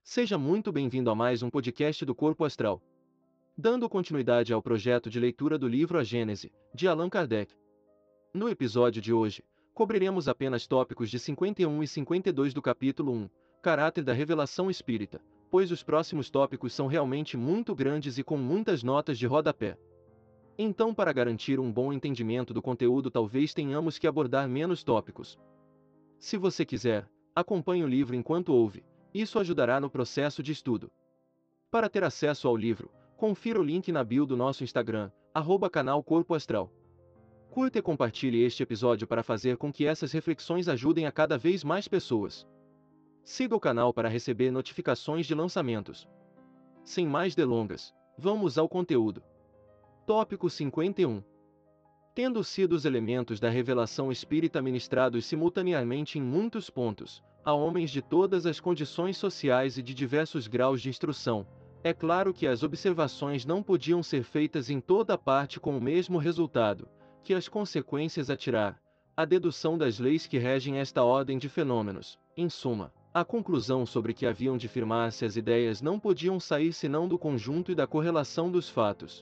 Seja muito bem-vindo a mais um podcast do Corpo Astral. Dando continuidade ao projeto de leitura do livro A Gênese, de Allan Kardec. No episódio de hoje, cobriremos apenas tópicos de 51 e 52 do capítulo 1, Caráter da Revelação Espírita, pois os próximos tópicos são realmente muito grandes e com muitas notas de rodapé. Então, para garantir um bom entendimento do conteúdo, talvez tenhamos que abordar menos tópicos. Se você quiser, acompanhe o livro enquanto ouve. Isso ajudará no processo de estudo. Para ter acesso ao livro, confira o link na bio do nosso Instagram, @canal Corpo Astral. Curta e compartilhe este episódio para fazer com que essas reflexões ajudem a cada vez mais pessoas. Siga o canal para receber notificações de lançamentos. Sem mais delongas, vamos ao conteúdo. Tópico 51. Tendo sido os elementos da revelação espírita ministrados simultaneamente em muitos pontos, a homens de todas as condições sociais e de diversos graus de instrução, é claro que as observações não podiam ser feitas em toda parte com o mesmo resultado, que as consequências a tirar, a dedução das leis que regem esta ordem de fenômenos, em suma, a conclusão sobre que haviam de firmar-se as ideias não podiam sair senão do conjunto e da correlação dos fatos.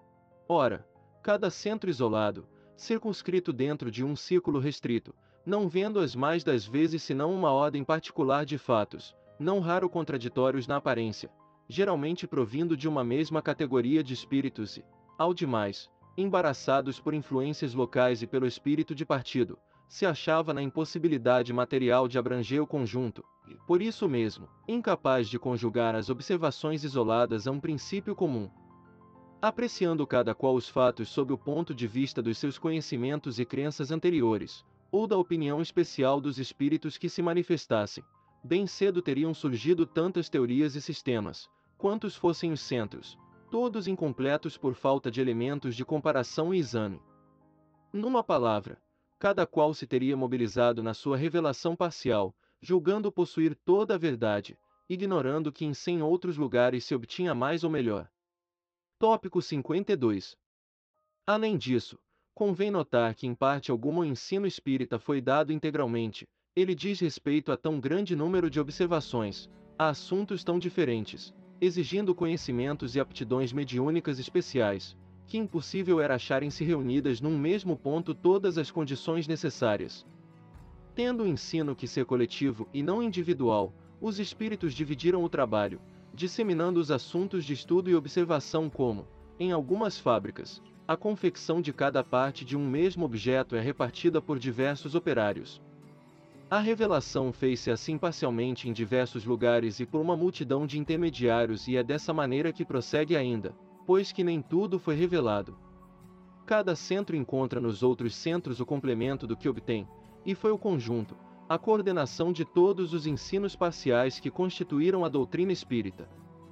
Ora, cada centro isolado, circunscrito dentro de um círculo restrito, não vendo as mais das vezes senão uma ordem particular de fatos, não raro contraditórios na aparência, geralmente provindo de uma mesma categoria de espíritos e, ao demais, embaraçados por influências locais e pelo espírito de partido, se achava na impossibilidade material de abranger o conjunto, e, por isso mesmo, incapaz de conjugar as observações isoladas a um princípio comum. Apreciando cada qual os fatos sob o ponto de vista dos seus conhecimentos e crenças anteriores, ou da opinião especial dos espíritos que se manifestassem, bem cedo teriam surgido tantas teorias e sistemas, quantos fossem os centros, todos incompletos por falta de elementos de comparação e exame. Numa palavra, cada qual se teria mobilizado na sua revelação parcial, julgando possuir toda a verdade, ignorando que em 100 outros lugares se obtinha mais ou melhor. Tópico 52. Além disso, convém notar que em parte alguma o ensino espírita foi dado integralmente, ele diz respeito a tão grande número de observações, a assuntos tão diferentes, exigindo conhecimentos e aptidões mediúnicas especiais, que impossível era acharem-se reunidas num mesmo ponto todas as condições necessárias. Tendo o ensino que ser coletivo e não individual, os espíritos dividiram o trabalho, disseminando os assuntos de estudo e observação como, em algumas fábricas, a confecção de cada parte de um mesmo objeto é repartida por diversos operários. A revelação fez-se assim parcialmente em diversos lugares e por uma multidão de intermediários e é dessa maneira que prossegue ainda, pois que nem tudo foi revelado. Cada centro encontra nos outros centros o complemento do que obtém, e foi o conjunto, a coordenação de todos os ensinos parciais que constituíram a doutrina espírita.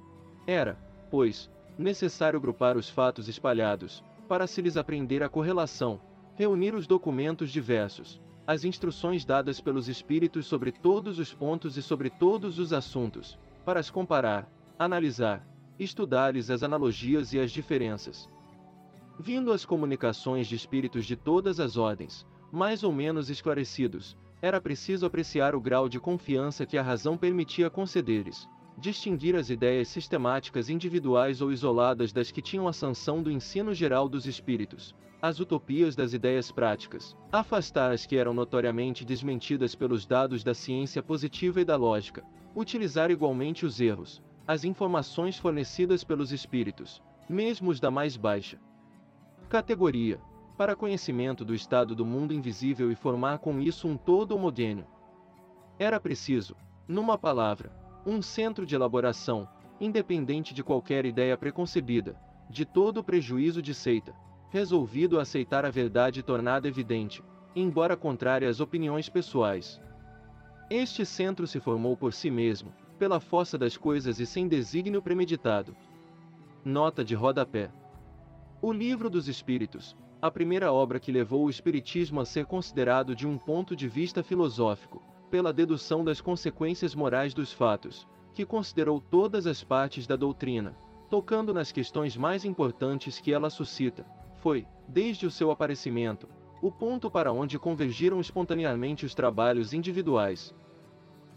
Era, pois, necessário agrupar os fatos espalhados, para se lhes aprender a correlação, reunir os documentos diversos, as instruções dadas pelos espíritos sobre todos os pontos e sobre todos os assuntos, para as comparar, analisar, estudar-lhes as analogias e as diferenças. Vindo as comunicações de espíritos de todas as ordens, mais ou menos esclarecidos, era preciso apreciar o grau de confiança que a razão permitia conceder-lhes, distinguir as ideias sistemáticas individuais ou isoladas das que tinham a sanção do ensino geral dos espíritos, as utopias das ideias práticas, afastar as que eram notoriamente desmentidas pelos dados da ciência positiva e da lógica, utilizar igualmente os erros, as informações fornecidas pelos espíritos, mesmo os da mais baixa categoria, para conhecimento do estado do mundo invisível e formar com isso um todo homogêneo. Era preciso, numa palavra, um centro de elaboração, independente de qualquer ideia preconcebida, de todo prejuízo de seita, resolvido a aceitar a verdade tornada evidente, embora contrária às opiniões pessoais. Este centro se formou por si mesmo, pela força das coisas e sem desígnio premeditado. Nota de rodapé. O Livro dos Espíritos, a primeira obra que levou o Espiritismo a ser considerado de um ponto de vista filosófico, pela dedução das consequências morais dos fatos, que considerou todas as partes da doutrina, tocando nas questões mais importantes que ela suscita, foi, desde o seu aparecimento, o ponto para onde convergiram espontaneamente os trabalhos individuais.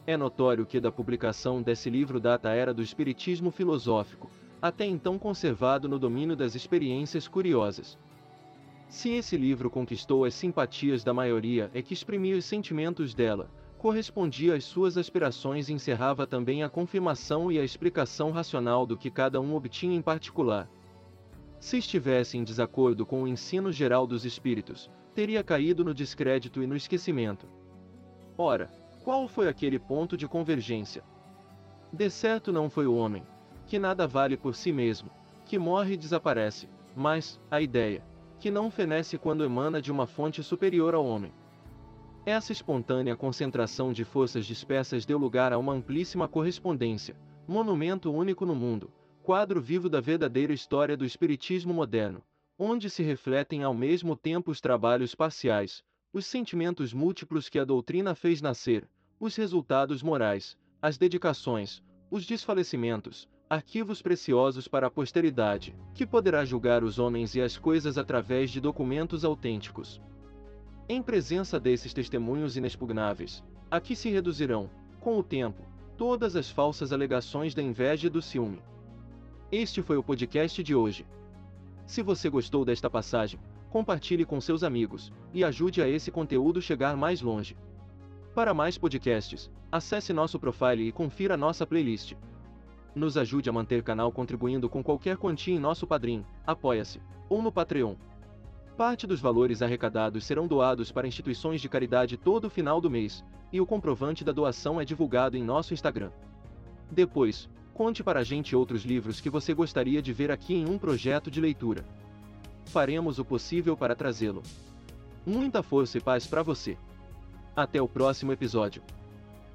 É notório que da publicação desse livro data a era do espiritismo filosófico, até então conservado no domínio das experiências curiosas. Se esse livro conquistou as simpatias da maioria é que exprimia os sentimentos dela, correspondia às suas aspirações e encerrava também a confirmação e a explicação racional do que cada um obtinha em particular. Se estivesse em desacordo com o ensino geral dos espíritos, teria caído no descrédito e no esquecimento. Ora, qual foi aquele ponto de convergência? De certo não foi o homem, que nada vale por si mesmo, que morre e desaparece, mas a ideia, que não fenece quando emana de uma fonte superior ao homem. Essa espontânea concentração de forças dispersas deu lugar a uma amplíssima correspondência, monumento único no mundo, quadro vivo da verdadeira história do espiritismo moderno, onde se refletem ao mesmo tempo os trabalhos parciais, os sentimentos múltiplos que a doutrina fez nascer, os resultados morais, as dedicações, os desfalecimentos, arquivos preciosos para a posteridade, que poderá julgar os homens e as coisas através de documentos autênticos. Em presença desses testemunhos inexpugnáveis, a que se reduzirão, com o tempo, todas as falsas alegações da inveja e do ciúme. Este foi o podcast de hoje. Se você gostou desta passagem, compartilhe com seus amigos, e ajude a esse conteúdo chegar mais longe. Para mais podcasts, acesse nosso profile e confira nossa playlist. Nos ajude a manter o canal contribuindo com qualquer quantia em nosso Padrim, Apoia-se, ou no Patreon. Parte dos valores arrecadados serão doados para instituições de caridade todo final do mês, e o comprovante da doação é divulgado em nosso Instagram. Depois, conte para a gente outros livros que você gostaria de ver aqui em um projeto de leitura. Faremos o possível para trazê-lo. Muita força e paz para você. Até o próximo episódio.